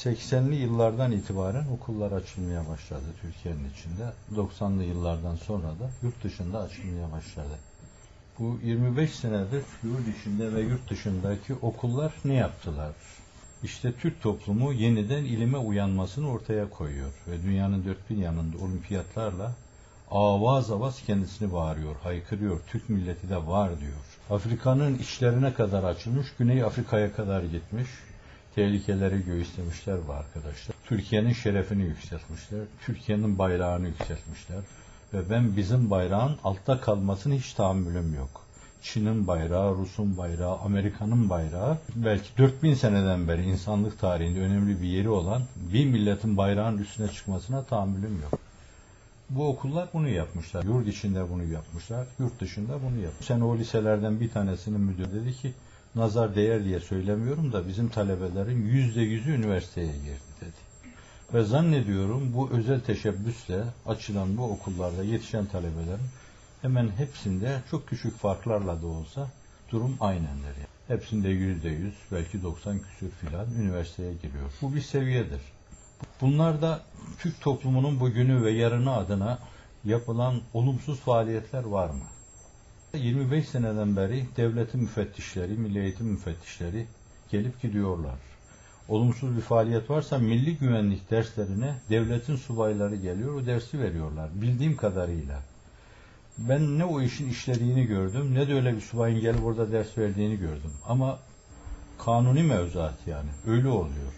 80'li yıllardan itibaren okullar açılmaya başladı Türkiye'nin içinde. 90'lı yıllardan sonra da yurt dışında açılmaya başladı. Bu 25 senedir yurt içinde ve yurt dışındaki okullar ne yaptılar? İşte Türk toplumu yeniden ilime uyanmasını ortaya koyuyor ve dünyanın dört bir yanında olimpiyatlarla avaz avaz kendisini bağırıyor, haykırıyor. Türk milleti de var diyor. Afrika'nın içlerine kadar açılmış, Güney Afrika'ya kadar gitmiş. Tehlikeleri göğüslemişler bu arkadaşlar. Türkiye'nin şerefini yükseltmişler. Türkiye'nin bayrağını yükseltmişler. Ve ben bizim bayrağın altta kalmasını hiç tahammülüm yok. Çin'in bayrağı, Rus'un bayrağı, Amerika'nın bayrağı, belki 4000 seneden beri insanlık tarihinde önemli bir yeri olan bir milletin bayrağın üstüne çıkmasına tahammülüm yok. Bu okullar bunu yapmışlar. Yurt içinde bunu yapmışlar, yurt dışında bunu yapmışlar. Sen o liselerden bir tanesinin müdürü dedi ki, nazar değer diye söylemiyorum da bizim talebelerin %100'ü üniversiteye girdi dedi. Ve zannediyorum bu özel teşebbüsle açılan bu okullarda yetişen talebelerin hemen hepsinde çok küçük farklarla da olsa durum aynendir. Yani. Hepsinde %100, belki 90 küsür filan üniversiteye giriyor. Bu bir seviyedir. Bunlarda Türk toplumunun bugünü ve yarını adına yapılan olumsuz faaliyetler var mı? 25 seneden beri devletin müfettişleri, milli eğitim müfettişleri gelip gidiyorlar. Olumsuz bir faaliyet varsa milli güvenlik derslerine devletin subayları geliyor, o dersi veriyorlar. Bildiğim kadarıyla. Ben ne o işin işlediğini gördüm, ne de öyle bir subayın gelip orada ders verdiğini gördüm. Ama kanuni mevzuat yani, öyle oluyor.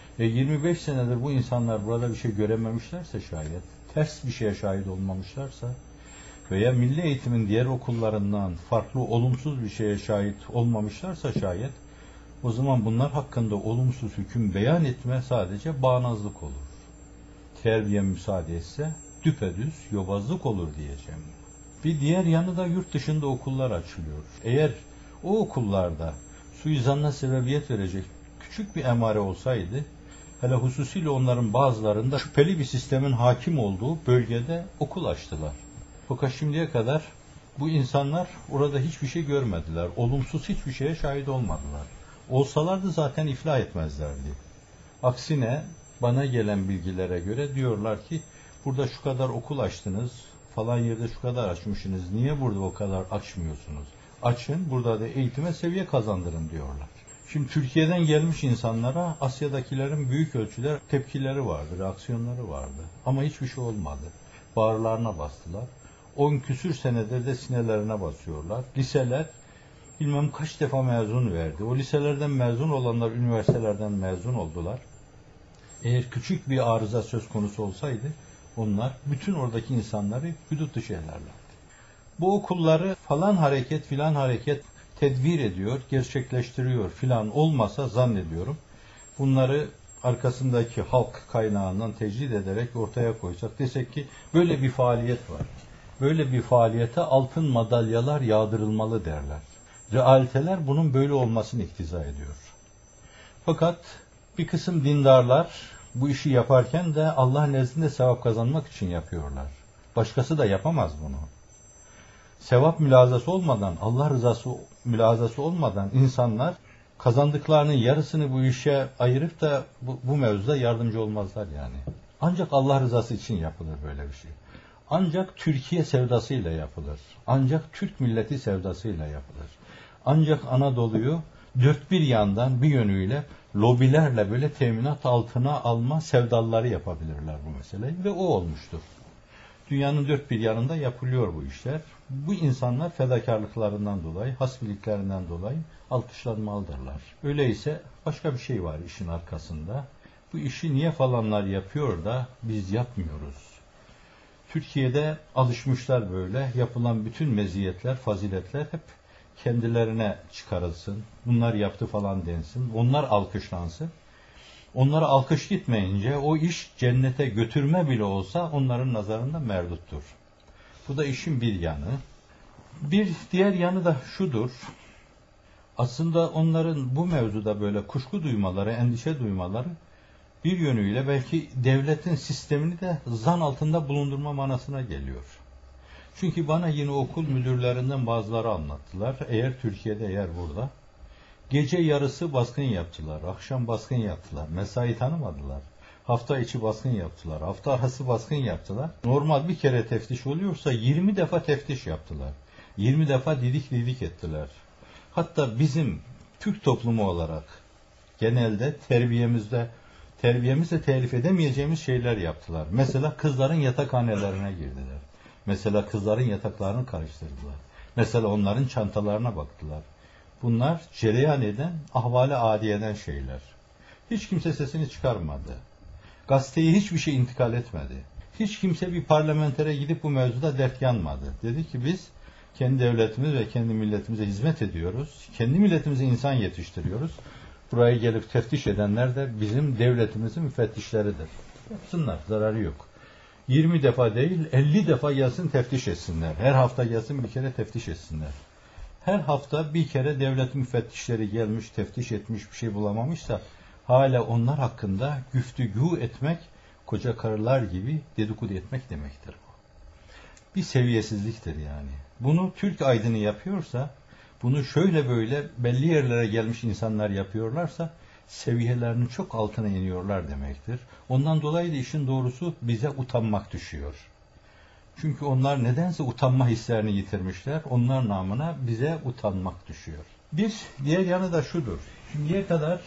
25 senedir bu insanlar burada bir şey görememişlerse şayet, ters bir şeye şahit olmamışlarsa veya milli eğitimin diğer okullarından farklı olumsuz bir şeye şahit olmamışlarsa şayet, o zaman bunlar hakkında olumsuz hüküm beyan etme sadece bağnazlık olur. Terbiye müsaade etse düpedüz yobazlık olur diyeceğim. Bir diğer yanı da yurt dışında okullar açılıyor. Eğer o okullarda suizanla sebebiyet verecek küçük bir emare olsaydı, hele hususiyle onların bazılarında şüpheli bir sistemin hakim olduğu bölgede okul açtılar. Fakat şimdiye kadar bu insanlar orada hiçbir şey görmediler. Olumsuz hiçbir şeye şahit olmadılar. Olsalardı zaten iflah etmezlerdi. Aksine bana gelen bilgilere göre diyorlar ki burada şu kadar okul açtınız, falan yerde şu kadar açmışsınız. Niye burada o kadar açmıyorsunuz? Açın, burada da eğitime seviye kazandırın diyorlar. Şimdi Türkiye'den gelmiş insanlara Asya'dakilerin büyük ölçüde tepkileri vardı, reaksiyonları vardı. Ama hiçbir şey olmadı. Bağırlarına bastılar. 10 küsür senedir de sinelerine basıyorlar. Liseler bilmem kaç defa mezun verdi. O liselerden mezun olanlar üniversitelerden mezun oldular. Eğer küçük bir arıza söz konusu olsaydı onlar bütün oradaki insanları hudut dışı ederlerdi. Bu okulları falan hareket filan hareket tedbir ediyor, gerçekleştiriyor filan olmasa zannediyorum bunları arkasındaki halk kaynağından tecrid ederek ortaya koysak desek ki böyle bir faaliyet var. Böyle bir faaliyete altın madalyalar yağdırılmalı derler. Realiteler bunun böyle olmasını iktiza ediyor. Fakat bir kısım dindarlar bu işi yaparken de Allah nezdinde sevap kazanmak için yapıyorlar. Başkası da yapamaz bunu. Sevap mülazası olmadan, Allah rızası mülazası olmadan insanlar kazandıklarının yarısını bu işe ayırıp da bu mevzuda yardımcı olmazlar yani. Ancak Allah rızası için yapılır böyle bir şey. Ancak Türkiye sevdasıyla yapılır. Ancak Türk milleti sevdasıyla yapılır. Ancak Anadolu'yu dört bir yandan bir yönüyle lobilerle böyle teminat altına alma sevdaları yapabilirler bu meseleyi ve o olmuştur. Dünyanın dört bir yanında yapılıyor bu işler. Bu insanlar fedakarlıklarından dolayı, hasbiliklerinden dolayı alkışlanmalıdırlar. Öyleyse başka bir şey var işin arkasında. Bu işi niye falanlar yapıyor da biz yapmıyoruz? Türkiye'de alışmışlar böyle. Yapılan bütün meziyetler, faziletler hep kendilerine çıkarılsın. Bunlar yaptı falan densin. Onlar alkışlansın. Onlara alkış gitmeyince o iş cennete götürme bile olsa onların nazarında merduttur. Bu da işin bir yanı. Bir diğer yanı da şudur. Aslında onların bu mevzuda böyle kuşku duymaları, endişe duymaları bir yönüyle belki devletin sistemini de zan altında bulundurma manasına geliyor. Çünkü bana yine okul müdürlerinden bazıları anlattılar. Eğer Türkiye'de, eğer burada Gece yarısı baskın yaptılar, akşam baskın yaptılar, mesai tanımadılar. Hafta içi baskın yaptılar, hafta arası baskın yaptılar. Normal bir kere teftiş oluyorsa 20 defa teftiş yaptılar. 20 defa didik didik ettiler. Hatta bizim Türk toplumu olarak genelde terbiyemizle telif edemeyeceğimiz şeyler yaptılar. Mesela kızların yatakhanelerine girdiler. Mesela kızların yataklarını karıştırdılar. Mesela onların çantalarına baktılar. Bunlar cereyan eden, ahvale adiyeden şeyler. Hiç kimse sesini çıkarmadı. Gazeteye hiçbir şey intikal etmedi. Hiç kimse bir parlamentere gidip bu mevzuda dert yanmadı. Dedi ki biz kendi devletimiz ve kendi milletimize hizmet ediyoruz. Kendi milletimize insan yetiştiriyoruz. Buraya gelip teftiş edenler de bizim devletimizin müfettişleridir. Yapsınlar, zararı yok. 20 defa değil, 50 defa gelsin teftiş etsinler. Her hafta gelsin bir kere teftiş etsinler. Her hafta bir kere devlet müfettişleri gelmiş, teftiş etmiş, bir şey bulamamışsa hala onlar hakkında güftügü etmek, koca karılar gibi dedikodu etmek demektir bu. Bir seviyesizliktir yani. Bunu Türk aydını yapıyorsa, bunu şöyle böyle belli yerlere gelmiş insanlar yapıyorlarsa, seviyelerinin çok altına iniyorlar demektir. Ondan dolayı da işin doğrusu bize utanmak düşüyor. Çünkü onlar nedense utanma hislerini yitirmişler. Onlar namına bize utanmak düşüyor. Bir diğer yanı da şudur. Şimdiye kadar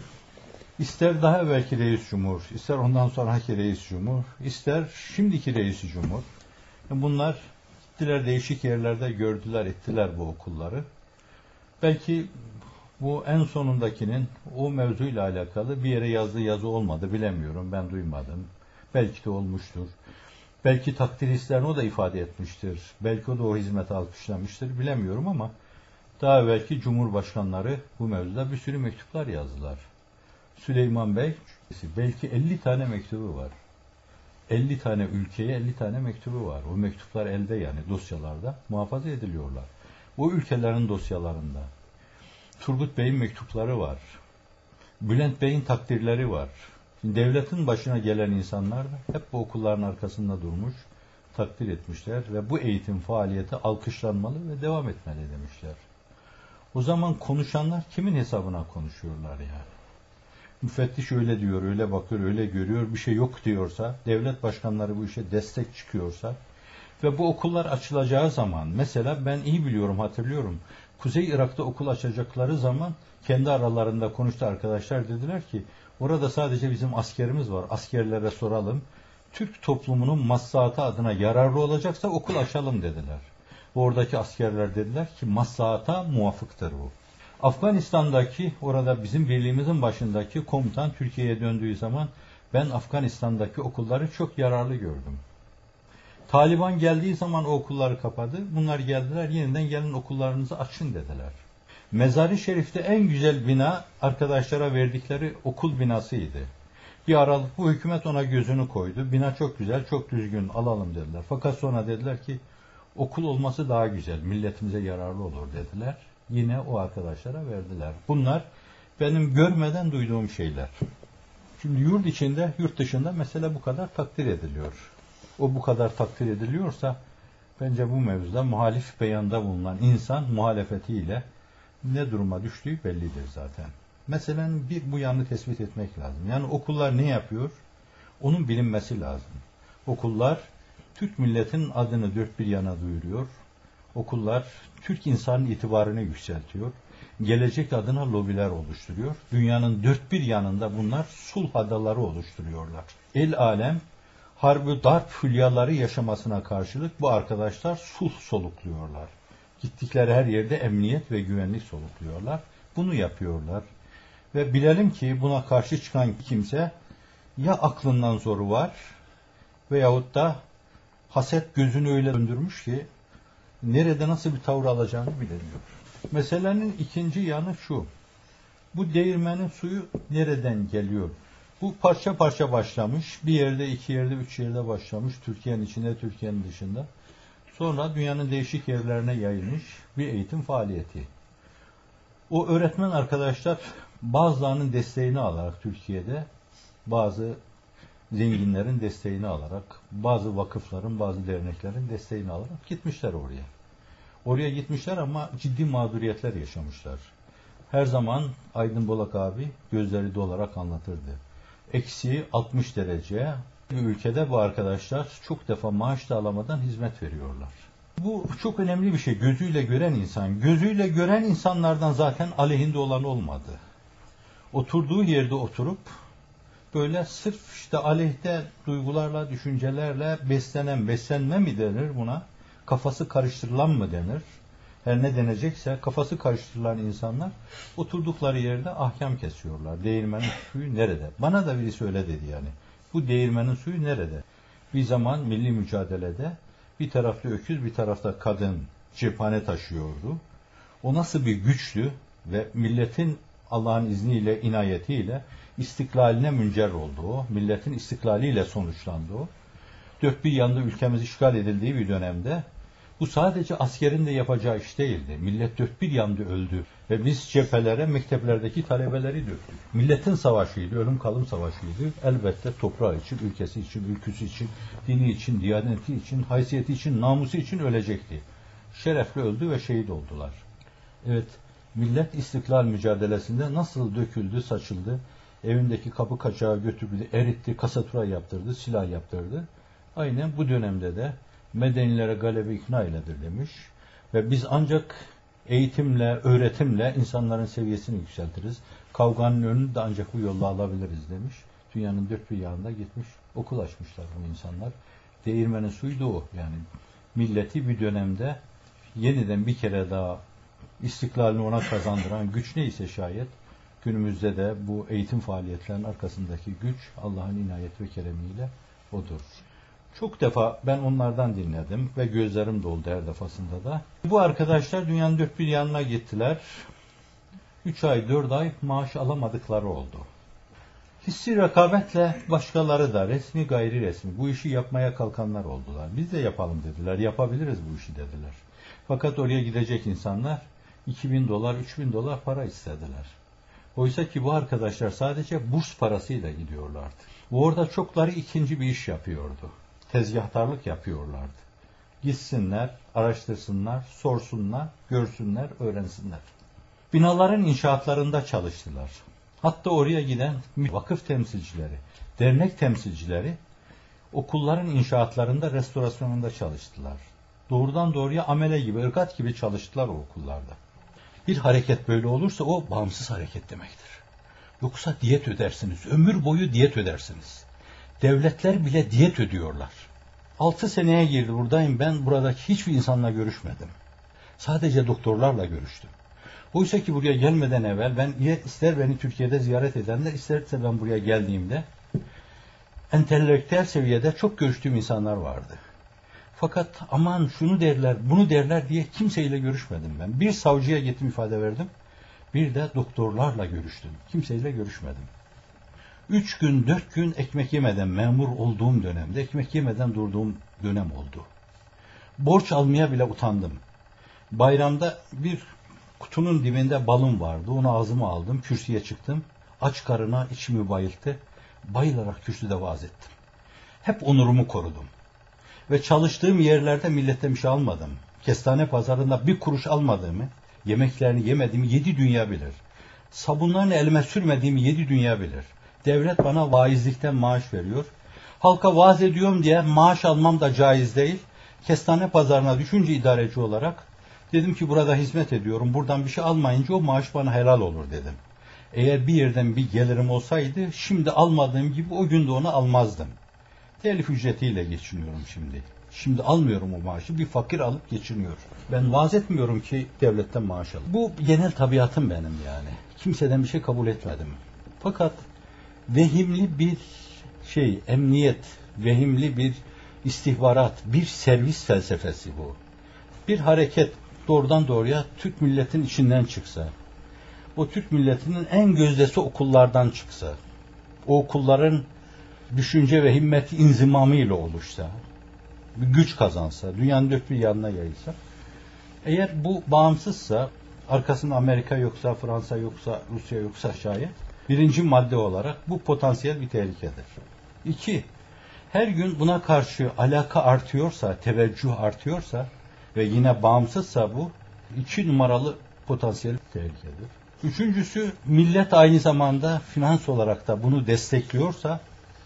ister daha evvelki reis cumhur, ister ondan sonraki reis cumhur, ister şimdiki reis cumhur. Bunlar gittiler değişik yerlerde gördüler, ettiler bu okulları. Belki bu en sonundakinin o mevzuyla alakalı bir yere yazdığı yazı olmadı, bilemiyorum, ben duymadım. Belki de olmuştur. Belki takdir hislerini o da ifade etmiştir. Belki o da o hizmeti alkışlamıştır, bilemiyorum ama daha evvelki cumhurbaşkanları bu mevzuda bir sürü mektuplar yazdılar. Süleyman Bey, belki 50 tane mektubu var. 50 tane ülkeye 50 tane mektubu var. O mektuplar elde yani dosyalarda muhafaza ediliyorlar. O ülkelerin dosyalarında. Turgut Bey'in mektupları var. Bülent Bey'in takdirleri var. Şimdi devletin başına gelen insanlar da hep bu okulların arkasında durmuş, takdir etmişler ve bu eğitim faaliyeti alkışlanmalı ve devam etmeli demişler. O zaman konuşanlar kimin hesabına konuşuyorlar yani? Müfettiş öyle diyor, öyle bakıyor, öyle görüyor, bir şey yok diyorsa, devlet başkanları bu işe destek çıkıyorsa ve bu okullar açılacağı zaman, mesela ben iyi biliyorum, hatırlıyorum, Kuzey Irak'ta okul açacakları zaman kendi aralarında konuştu arkadaşlar, dediler ki orada sadece bizim askerimiz var, askerlere soralım, Türk toplumunun maslahatı adına yararlı olacaksa okul açalım dediler. Oradaki askerler dediler ki maslahata muvafıktır bu. Afganistan'daki, orada bizim birliğimizin başındaki komutan Türkiye'ye döndüğü zaman ben Afganistan'daki okulları çok yararlı gördüm. Taliban geldiği zaman o okulları kapadı. Bunlar geldiler, yeniden gelin okullarınızı açın dediler. Mezar-ı Şerif'te en güzel bina arkadaşlara verdikleri okul binasıydı. Bir aralık bu hükümet ona gözünü koydu. Bina çok güzel, çok düzgün, alalım dediler. Fakat sonra dediler ki okul olması daha güzel, milletimize yararlı olur dediler. Yine o arkadaşlara verdiler. Bunlar benim görmeden duyduğum şeyler. Şimdi yurt içinde, yurt dışında mesela bu kadar takdir ediliyor. O bu kadar takdir ediliyorsa bence bu mevzuda muhalif beyanda bulunan insan muhalefetiyle ne duruma düştüğü bellidir zaten. Meselenin bir bu yanını tespit etmek lazım. Yani okullar ne yapıyor? Onun bilinmesi lazım. Okullar Türk milletinin adını dört bir yana duyuruyor. Okullar Türk insanın itibarını yükseltiyor. Gelecek adına lobiler oluşturuyor. Dünyanın dört bir yanında bunlar sulh adaları oluşturuyorlar. El alem harbi darp hülyaları yaşamasına karşılık bu arkadaşlar sulh solukluyorlar. Gittikleri her yerde emniyet ve güvenlik solukluyorlar. Bunu yapıyorlar. Ve bilelim ki buna karşı çıkan kimse ya aklından zoru var veyahut da haset gözünü öyle döndürmüş ki nerede nasıl bir tavır alacağını bilemiyor. Meselenin ikinci yanı şu. Bu değirmenin suyu nereden geliyor? Bu parça parça başlamış. Bir yerde, iki yerde, üç yerde başlamış. Türkiye'nin içinde, Türkiye'nin dışında. Sonra dünyanın değişik yerlerine yayılmış bir eğitim faaliyeti. O öğretmen arkadaşlar bazılarının desteğini alarak Türkiye'de, bazı zenginlerin desteğini alarak, bazı vakıfların, bazı derneklerin desteğini alarak gitmişler oraya. Oraya gitmişler ama ciddi mağduriyetler yaşamışlar. Her zaman Aydın Bolak abi gözleri dolarak anlatırdı. Eksi 60 derece ülkede bu arkadaşlar çok defa maaş da alamadan hizmet veriyorlar. Bu çok önemli bir şey. Gözüyle gören insan. Gözüyle gören insanlardan zaten aleyhinde olan olmadı. Oturduğu yerde oturup böyle sırf işte aleyhte duygularla, düşüncelerle beslenme mi denir buna? Kafası karıştırılan mı denir? Her ne denecekse kafası karıştırılan insanlar oturdukları yerde ahkam kesiyorlar. Değirmenin suyu nerede? Bana da birisi öyle dedi yani. Bu değirmenin suyu nerede? Bir zaman milli mücadelede bir tarafta öküz, bir tarafta kadın cephane taşıyordu. O nasıl bir güçtü ve milletin Allah'ın izniyle, inayetiyle istiklaline müncer oldu o. Milletin istiklaliyle sonuçlandı o. Dört bir yanda ülkemiz işgal edildiği bir dönemde bu sadece askerin de yapacağı iş değildi. Millet dört bir yanda öldü ve biz cephelere, mekteplerdeki talebeleri döktük. Milletin savaşıydı, ölüm kalım savaşıydı. Elbette toprağı için, ülkesi için, ülküsü için, dini için, diyaneti için, haysiyeti için, namusu için ölecekti. Şerefli öldü ve şehit oldular. Evet, millet istiklal mücadelesinde nasıl döküldü, saçıldı, evindeki kapı kaçağı götürdü, eritti, kasatura yaptırdı, silah yaptırdı. Aynen bu dönemde de medenilere galebe ikna iledir demiş. Ve biz ancak eğitimle, öğretimle insanların seviyesini yükseltiriz. Kavganın önünü de ancak bu yolla alabiliriz demiş. Dünyanın dört bir yanında gitmiş, okul açmışlar bu insanlar. Değirmenin suyu da o. Yani milleti bir dönemde yeniden bir kere daha istiklalini ona kazandıran güç neyse şayet, günümüzde de bu eğitim faaliyetlerinin arkasındaki güç Allah'ın inayet ve keremiyle odur. Çok defa ben onlardan dinledim ve gözlerim doldu her defasında da. Bu arkadaşlar dünyanın dört bir yanına gittiler. 3 ay, 4 ay maaş alamadıkları oldu. Hissi rekabetle başkaları da resmi gayri resmi bu işi yapmaya kalkanlar oldular. Biz de yapalım dediler, yapabiliriz bu işi dediler. Fakat oraya gidecek insanlar $2.000, $3.000 para istediler. Oysa ki bu arkadaşlar sadece burs parasıyla gidiyorlardı. Bu orada çokları ikinci bir iş yapıyordu. Tezgahtarlık yapıyorlardı. Gitsinler, araştırsınlar, sorsunlar, görsünler, öğrensinler. Binaların inşaatlarında çalıştılar. Hatta oraya giden vakıf temsilcileri, dernek temsilcileri okulların inşaatlarında, restorasyonunda çalıştılar. Doğrudan doğruya amele gibi, ırgat gibi çalıştılar o okullarda. Bir hareket böyle olursa o bağımsız hareket demektir. Yoksa diyet ödersiniz, ömür boyu diyet ödersiniz. Devletler bile diyet ödüyorlar. 6 seneye girdi buradayım, ben buradaki hiçbir insanla görüşmedim. Sadece doktorlarla görüştüm. Oysa ki buraya gelmeden evvel ben ister beni Türkiye'de ziyaret edenler, isterse ben buraya geldiğimde entelektüel seviyede çok görüştüğüm insanlar vardı. Fakat aman şunu derler, bunu derler diye kimseyle görüşmedim ben. Bir savcıya gittim, ifade verdim. Bir de doktorlarla görüştüm. Kimseyle görüşmedim. 3 gün, 4 gün ekmek yemeden memur olduğum dönemde, ekmek yemeden durduğum dönem oldu. Borç almaya bile utandım. Bayramda bir kutunun dibinde balım vardı. Onu ağzıma aldım, kürsüye çıktım. Aç karına içimi bayılttı. Bayılarak kürsüde vaaz ettim. Hep onurumu korudum. Ve çalıştığım yerlerde milletten bir şey almadım. Kestane pazarında bir kuruş almadığımı, yemeklerini yemediğimi 7 dünya bilir. Sabunlarını elime sürmediğimi 7 dünya bilir. Devlet bana vaizlikten maaş veriyor. Halka vaaz ediyorum diye maaş almam da caiz değil. Kestane pazarına düşünce idareci olarak dedim ki burada hizmet ediyorum. Buradan bir şey almayınca o maaş bana helal olur dedim. Eğer bir yerden bir gelirim olsaydı şimdi almadığım gibi o gün de onu almazdım. Telif ücretiyle geçiniyorum şimdi. Şimdi almıyorum o maaşı. Bir fakir alıp geçiniyor. Ben vaaz etmiyorum ki devletten maaş alayım. Bu genel tabiatım benim yani. Kimseden bir şey kabul etmedim. Fakat vehimli bir emniyet, vehimli bir istihbarat, bir servis felsefesi bu. Bir hareket doğrudan doğruya Türk milletin içinden çıksa, o Türk milletinin en gözdesi okullardan çıksa, o okulların düşünce ve himmeti inzimamıyla oluşsa, bir güç kazansa, dünyanın dört bir yanına yayılsa, eğer bu bağımsızsa, arkasında Amerika yoksa, Fransa yoksa, Rusya yoksa şayet, birinci madde olarak bu potansiyel bir tehlikedir. 2, her gün buna karşı alaka artıyorsa, teveccüh artıyorsa ve yine bağımsızsa bu 2 numaralı potansiyel tehlikedir. Üçüncüsü, millet aynı zamanda finans olarak da bunu destekliyorsa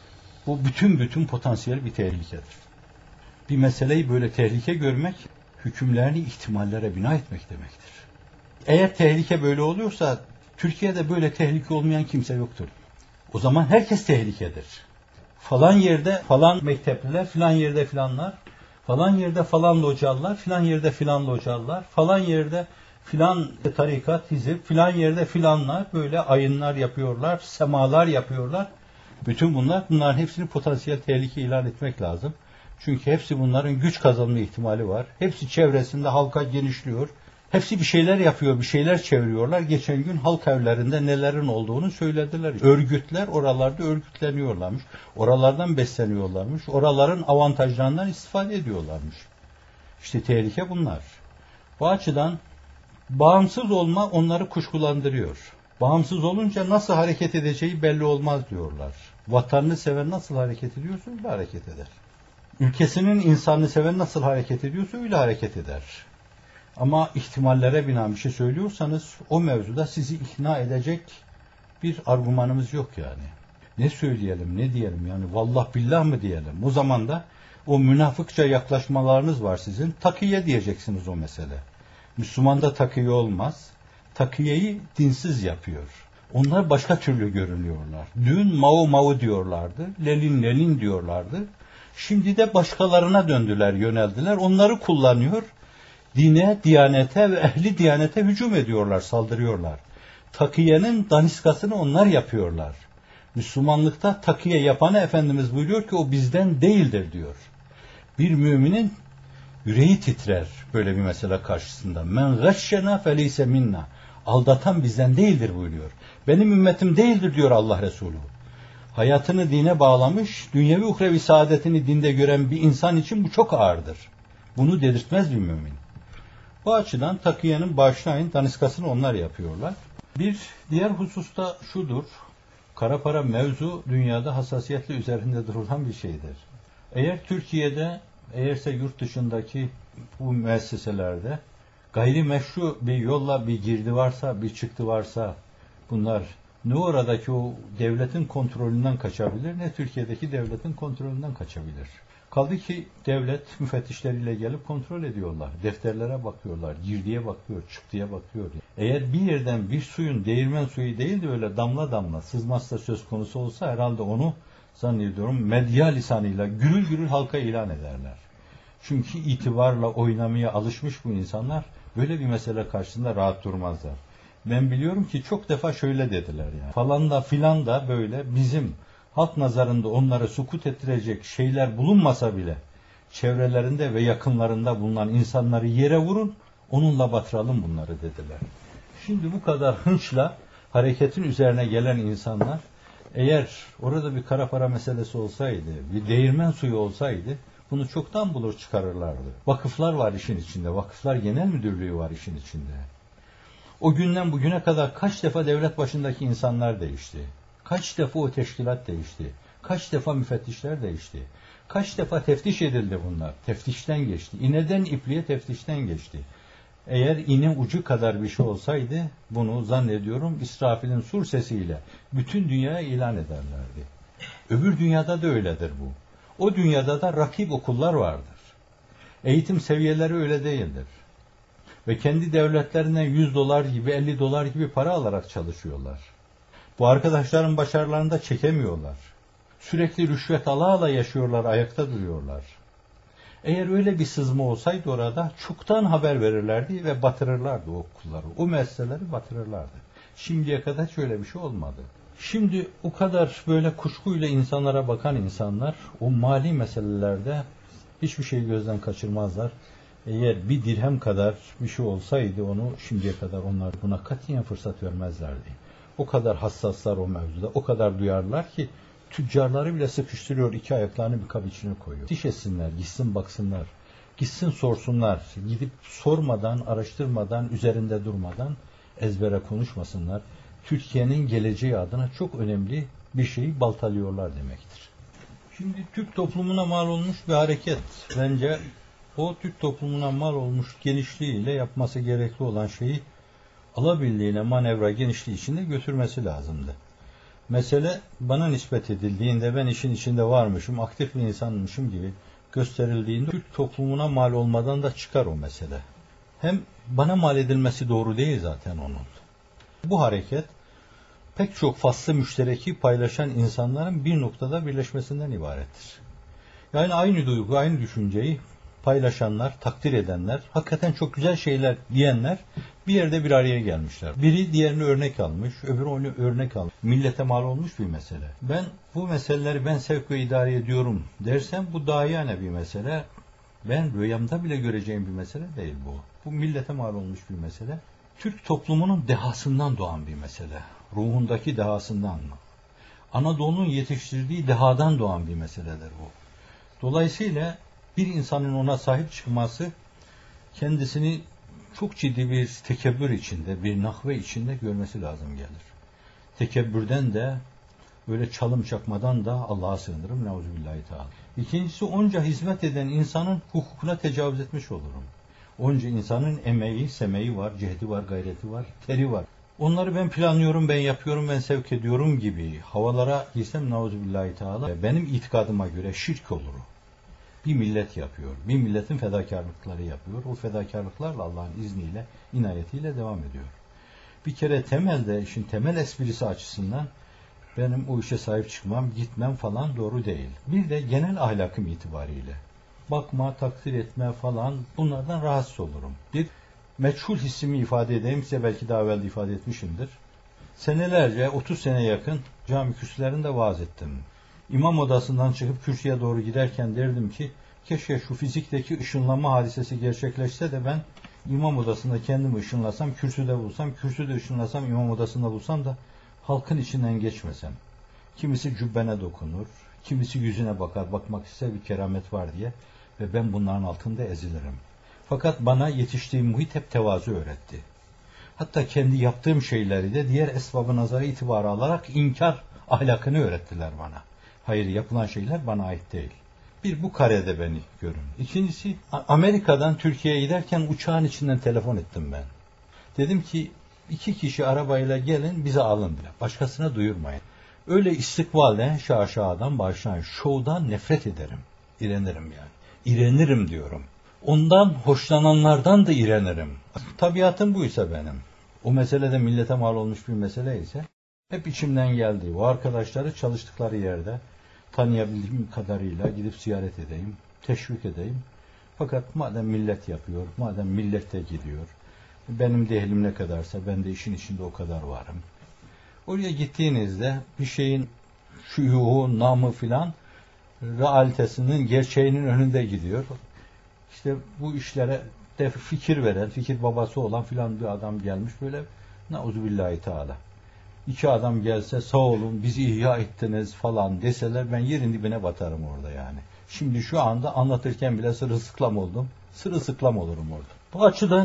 bu bütün potansiyel bir tehlikedir. Bir meseleyi böyle tehlike görmek, hükümlerini ihtimallere bina etmek demektir. Eğer tehlike böyle oluyorsa, Türkiye'de böyle tehlike olmayan kimse yoktur. O zaman herkes tehlikedir. Falan yerde falan mektepliler, filan yerde filanlar, falan yerde falan localılar, filan yerde filan localılar, falan yerde filan tarikat, hizip, filan yerde filanlar böyle ayınlar yapıyorlar, semalar yapıyorlar. Bütün bunların hepsini potansiyel tehlike ilan etmek lazım. Çünkü hepsi bunların güç kazanma ihtimali var. Hepsi çevresinde halka genişliyor. Hepsi bir şeyler yapıyor, bir şeyler çeviriyorlar. Geçen gün halk evlerinde nelerin olduğunu söylediler. Örgütler oralarda örgütleniyorlarmış. Oralardan besleniyorlarmış. Oraların avantajlarından istifade ediyorlarmış. İşte tehlike bunlar. Bu açıdan bağımsız olma onları kuşkulandırıyor. Bağımsız olunca nasıl hareket edeceği belli olmaz diyorlar. Vatanını seven nasıl hareket ediyorsa öyle hareket eder. Ülkesinin insanını seven nasıl hareket ediyorsa öyle hareket eder. Ama ihtimallere binaen bir şey söylüyorsanız o mevzuda sizi ikna edecek bir argümanımız yok yani. Ne söyleyelim, ne diyelim yani vallah billah mı diyelim? O zaman da o münafıkça yaklaşmalarınız var sizin. Takiye diyeceksiniz o mesele. Müslümanda takiye olmaz. Takiyeyi dinsiz yapıyor. Onlar başka türlü görünüyorlar. Dün Mao diyorlardı. Lenin diyorlardı. Şimdi de başkalarına döndüler, yöneldiler. Onları kullanıyor. Dine, diyanete ve ehli diyanete hücum ediyorlar, saldırıyorlar. Takiyenin daniskasını onlar yapıyorlar. Müslümanlıkta takiye yapanı Efendimiz buyuruyor ki o bizden değildir diyor. Bir müminin yüreği titrer böyle bir mesele karşısında. Men gashşena feleyse minna. Aldatan bizden değildir buyuruyor. Benim ümmetim değildir diyor Allah Resulü. Hayatını dine bağlamış, dünyevi uhrevi saadetini dinde gören bir insan için bu çok ağırdır. Bunu dedirtmez bir mümin. Bu açıdan takiyenin başlayın daniskasını onlar yapıyorlar. Bir diğer hususta şudur. Kara para mevzu dünyada hassasiyetle üzerinde durulan bir şeydir. Eğer Türkiye'de, eğerse yurt dışındaki bu müesseselerde gayrimeşru bir yolla bir girdi varsa, bir çıktı varsa bunlar ne oradaki o devletin kontrolünden kaçabilir ne Türkiye'deki devletin kontrolünden kaçabilir. Kaldı ki devlet müfettişleriyle gelip kontrol ediyorlar. Defterlere bakıyorlar, girdiye bakıyor, çıktıya bakıyor. Eğer bir yerden bir suyun değirmen suyu değil de öyle damla damla sızması da söz konusu olsa herhalde onu zannediyorum medya lisanıyla gürül gürül halka ilan ederler. Çünkü itibarla oynamaya alışmış bu insanlar böyle bir mesele karşısında rahat durmazlar. Ben biliyorum ki çok defa şöyle dediler yani. Falan da filan da böyle bizim halk nazarında onları sukut ettirecek şeyler bulunmasa bile çevrelerinde ve yakınlarında bulunan insanları yere vurun, onunla batıralım bunları dediler. Şimdi bu kadar hınçla hareketin üzerine gelen insanlar eğer orada bir kara para meselesi olsaydı, bir değirmen suyu olsaydı bunu çoktan bulur çıkarırlardı. Vakıflar var işin içinde, vakıflar genel müdürlüğü var işin içinde. O günden bugüne kadar kaç defa devlet başındaki insanlar değişti. Kaç defa o teşkilat değişti. Kaç defa müfettişler değişti. Kaç defa teftiş edildi bunlar. Teftişten geçti. İğneden ipliğe teftişten geçti. Eğer iğne ucu kadar bir şey olsaydı bunu zannediyorum İsrafil'in sur sesiyle bütün dünyaya ilan ederlerdi. Öbür dünyada da öyledir bu. O dünyada da rakip okullar vardır. Eğitim seviyeleri öyle değildir. Ve kendi devletlerinden 100 dolar gibi 50 dolar gibi para alarak çalışıyorlar. Bu arkadaşların başarılarını da çekemiyorlar. Sürekli rüşvet ala yaşıyorlar, ayakta duruyorlar. Eğer öyle bir sızma olsaydı orada çoktan haber verirlerdi ve batırırlardı o okulları. O meseleleri batırırlardı. Şimdiye kadar hiç öyle bir şey olmadı. Şimdi o kadar böyle kuşkuyla insanlara bakan insanlar o mali meselelerde hiçbir şeyi gözden kaçırmazlar. Eğer bir dirhem kadar bir şey olsaydı onu şimdiye kadar onlar buna katiyen fırsat vermezlerdi. O kadar hassaslar o mevzuda, o kadar duyarlar ki tüccarları bile sıkıştırıyor, iki ayaklarını bir kap içine koyuyor. Diş etsinler, gitsin baksınlar, gitsin sorsunlar, gidip sormadan, araştırmadan, üzerinde durmadan ezbere konuşmasınlar. Türkiye'nin geleceği adına çok önemli bir şeyi baltalıyorlar demektir. Şimdi Türk toplumuna mal olmuş bir hareket. Bence o Türk toplumuna mal olmuş genişliğiyle yapması gerekli olan şeyi alabildiğine manevra genişliği içinde götürmesi lazımdı. Mesele bana nispet edildiğinde, ben işin içinde varmışım, aktif bir insanmışım gibi gösterildiğinde Türk toplumuna mal olmadan da çıkar o mesele. Hem bana mal edilmesi doğru değil zaten onun. Bu hareket pek çok faslı müştereki paylaşan insanların bir noktada birleşmesinden ibarettir. Yani aynı duygu, aynı düşünceyi paylaşanlar, takdir edenler, hakikaten çok güzel şeyler diyenler bir yerde bir araya gelmişler. Biri diğerini örnek almış, öbürü onu örnek almış. Millete mal olmuş bir mesele. Ben bu meseleleri ben sevk ve idare ediyorum dersem bu dahiyane bir mesele. Ben rüyamda bile göreceğim bir mesele değil bu. Bu millete mal olmuş bir mesele. Türk toplumunun dehasından doğan bir mesele. Ruhundaki dehasından mı? Anadolu'nun yetiştirdiği dehadan doğan bir meseledir bu. Dolayısıyla bir insanın ona sahip çıkması kendisini çok ciddi bir tekebbür içinde, bir nahve içinde görmesi lazım gelir. Tekebbürden de, öyle çalım çakmadan da Allah'a sığınırım. Neuzubillahi teala. İkincisi, onca hizmet eden insanın hukukuna tecavüz etmiş olurum. Onca insanın emeği, semeği var, cehdi var, gayreti var, teri var. Onları ben planlıyorum, ben yapıyorum, ben sevk ediyorum gibi havalara girsem neuzubillahi teala, benim itikadıma göre şirk olur. Bir millet yapıyor. Bir milletin fedakarlıkları yapıyor. O fedakarlıklarla Allah'ın izniyle, inayetiyle devam ediyor. Bir kere temelde, işin temel esprisi açısından benim o işe sahip çıkmam, gitmem falan doğru değil. Bir de genel ahlakım itibariyle bakma, takdir etme falan, bunlardan rahatsız olurum. Bir meçhul hissimi ifade edeyim, size belki daha evvel de ifade etmişimdir. Senelerce, 30 sene yakın cami kürsülerinde vaaz ettim. İmam odasından çıkıp kürsüye doğru giderken derdim ki, keşke şu fizikteki ışınlanma hadisesi gerçekleşse de ben imam odasında kendimi ışınlasam, kürsüde bulsam, kürsüde ışınlasam, imam odasında bulsam da halkın içinden geçmesem. Kimisi cübbene dokunur, kimisi yüzüne bakar, bakmak ise bir keramet var diye ve ben bunların altında ezilirim. Fakat bana yetiştiğim muhit hep tevazu öğretti. Hatta kendi yaptığım şeyleri de diğer esbab-ı nazara itibarı alarak inkar ahlakını öğrettiler bana. Hayır, yapılan şeyler bana ait değil. Bir, bu karede beni görün. İkincisi, Amerika'dan Türkiye'ye giderken uçağın içinden telefon ettim ben. Dedim ki 2 kişi arabayla gelin, bizi alın bile. Başkasına duyurmayın. Öyle istikbalden, şaşadan, baştan, şovdan nefret ederim. İrenirim yani. İrenirim diyorum. Ondan hoşlananlardan da irenirim. Tabiatım buysa benim. O meselede millete mal olmuş bir mesele ise hep içimden geldi. O arkadaşları çalıştıkları yerde tanıyabildiğim kadarıyla gidip ziyaret edeyim, teşvik edeyim. Fakat madem millet yapıyor, madem millet de gidiyor, benim de ehlim ne kadarsa ben de işin içinde o kadar varım. Oraya gittiğinizde bir şeyin şuyuhu, namı filan realitesinin, gerçeğinin önünde gidiyor. İşte bu işlere de fikir veren, fikir babası olan filan bir adam gelmiş böyle, nauzubillahi teala. 2 adam gelse sağ olun bizi ihya ettiniz falan deseler ben yerin dibine batarım orada yani. Şimdi şu anda anlatırken bile sırılsıklam oldum. Sırılsıklam olurum orada. Bu açıdan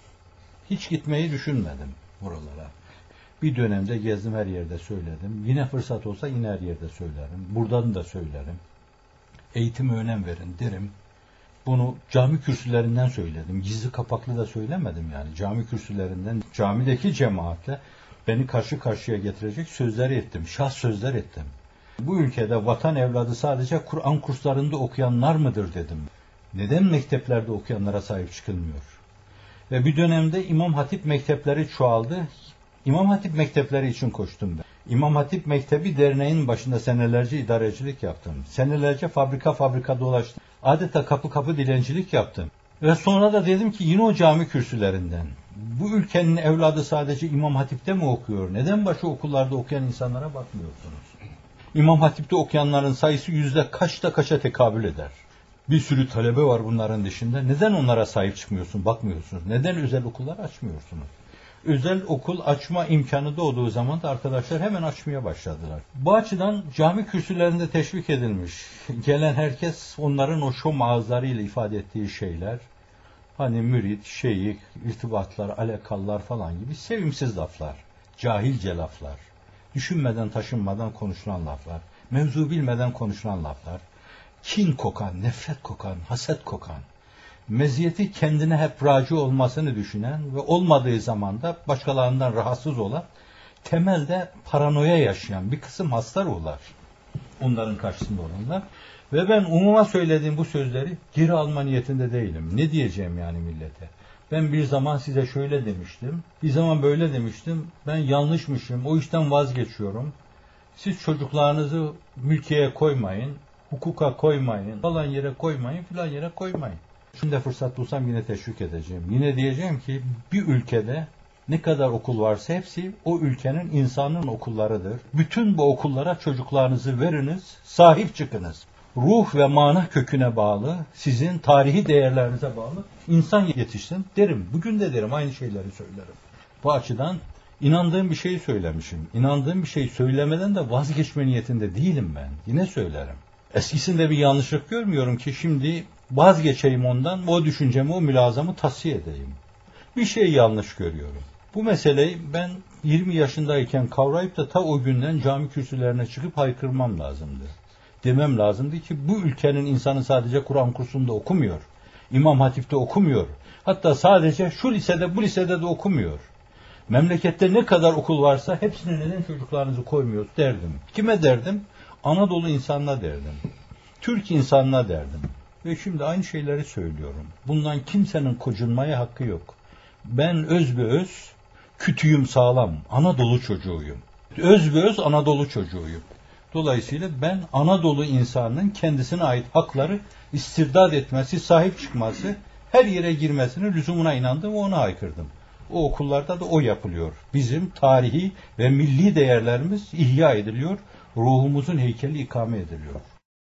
hiç gitmeyi düşünmedim buralara. Bir dönemde gezdim, her yerde söyledim. Yine fırsat olsa yine her yerde söylerim. Buradan da söylerim. Eğitime önem verin derim. Bunu cami kürsülerinden söyledim. Gizli kapaklı da söylemedim yani. Cami kürsülerinden, camideki cemaatle beni karşı karşıya getirecek sözler ettim. Şah sözler ettim. Bu ülkede vatan evladı sadece Kur'an kurslarında okuyanlar mıdır dedim. Neden mekteplerde okuyanlara sahip çıkılmıyor? Ve bir dönemde İmam Hatip mektepleri çoğaldı. İmam Hatip mektepleri için koştum ben. İmam Hatip Mektebi Derneği'nin başında senelerce idarecilik yaptım. Senelerce fabrika dolaştım. Adeta kapı kapı dilencilik yaptım. Ve sonra da dedim ki yine o cami kürsülerinden. Bu ülkenin evladı sadece İmam Hatip'te mi okuyor? Neden başka okullarda okuyan insanlara bakmıyorsunuz? İmam Hatip'te okuyanların sayısı kaça tekabül eder? Bir sürü talebe var bunların dışında. Neden onlara sahip çıkmıyorsun, bakmıyorsunuz? Neden özel okullar açmıyorsunuz? Özel okul açma imkanı doğduğu zaman da arkadaşlar hemen açmaya başladılar. Bu açıdan cami kürsülerinde teşvik edilmiş. Gelen herkes onların o şom ağızlarıyla ifade ettiği şeyler, hani mürit, şeyh, irtibatlar, alakallar falan gibi sevimsiz laflar, cahilce laflar, düşünmeden taşınmadan konuşulan laflar, mevzu bilmeden konuşulan laflar, kin kokan, nefret kokan, haset kokan, meziyeti kendine hep raci olmasını düşünen ve olmadığı zaman da başkalarından rahatsız olan, temelde paranoya yaşayan bir kısım hastalar olar. Onların karşısında olanlar. Ve ben umuma söylediğim bu sözleri geri alma niyetinde değilim. Ne diyeceğim yani millete? Ben bir zaman size şöyle demiştim, bir zaman böyle demiştim, ben yanlışmışım, o işten vazgeçiyorum. Siz çocuklarınızı mülkiyeye koymayın, hukuka koymayın, falan yere koymayın, filan yere koymayın. Şimdi fırsat bulsam yine teşvik edeceğim. Yine diyeceğim ki bir ülkede ne kadar okul varsa hepsi o ülkenin insanın okullarıdır. Bütün bu okullara çocuklarınızı veriniz, sahip çıkınız. Ruh ve mana köküne bağlı, sizin tarihi değerlerinize bağlı insan yetişsin derim. Bugün de derim, aynı şeyleri söylerim. Bu açıdan inandığım bir şeyi söylemişim. İnandığım bir şeyi söylemeden de vazgeçme niyetinde değilim ben. Yine söylerim. Eskisinde bir yanlışlık görmüyorum ki şimdi vazgeçeyim ondan, o düşüncemi, o mülazamı tasfiye edeyim. Bir şey yanlış görüyorum. Bu meseleyi ben 20 yaşındayken kavrayıp da ta o günden cami kürsülerine çıkıp haykırmam lazımdı. Demem lazımdı ki bu ülkenin insanı sadece Kur'an kursunda okumuyor. İmam Hatip'te okumuyor. Hatta sadece şu lisede, bu lisede de okumuyor. Memlekette ne kadar okul varsa hepsine neden çocuklarınızı koymuyoruz derdim. Kime derdim? Anadolu insanına derdim. Türk insanına derdim. Ve şimdi aynı şeyleri söylüyorum. Bundan kimsenin kocunmaya hakkı yok. Ben özbeöz, kütüğüm sağlam, Anadolu çocuğuyum. Özbeöz Anadolu çocuğuyum. Dolayısıyla ben Anadolu insanının kendisine ait hakları istirdat etmesi, sahip çıkması, her yere girmesinin lüzumuna inandım ve ona haykırdım. O okullarda da o yapılıyor. Bizim tarihi ve milli değerlerimiz ihya ediliyor, ruhumuzun heykeli ikame ediliyor.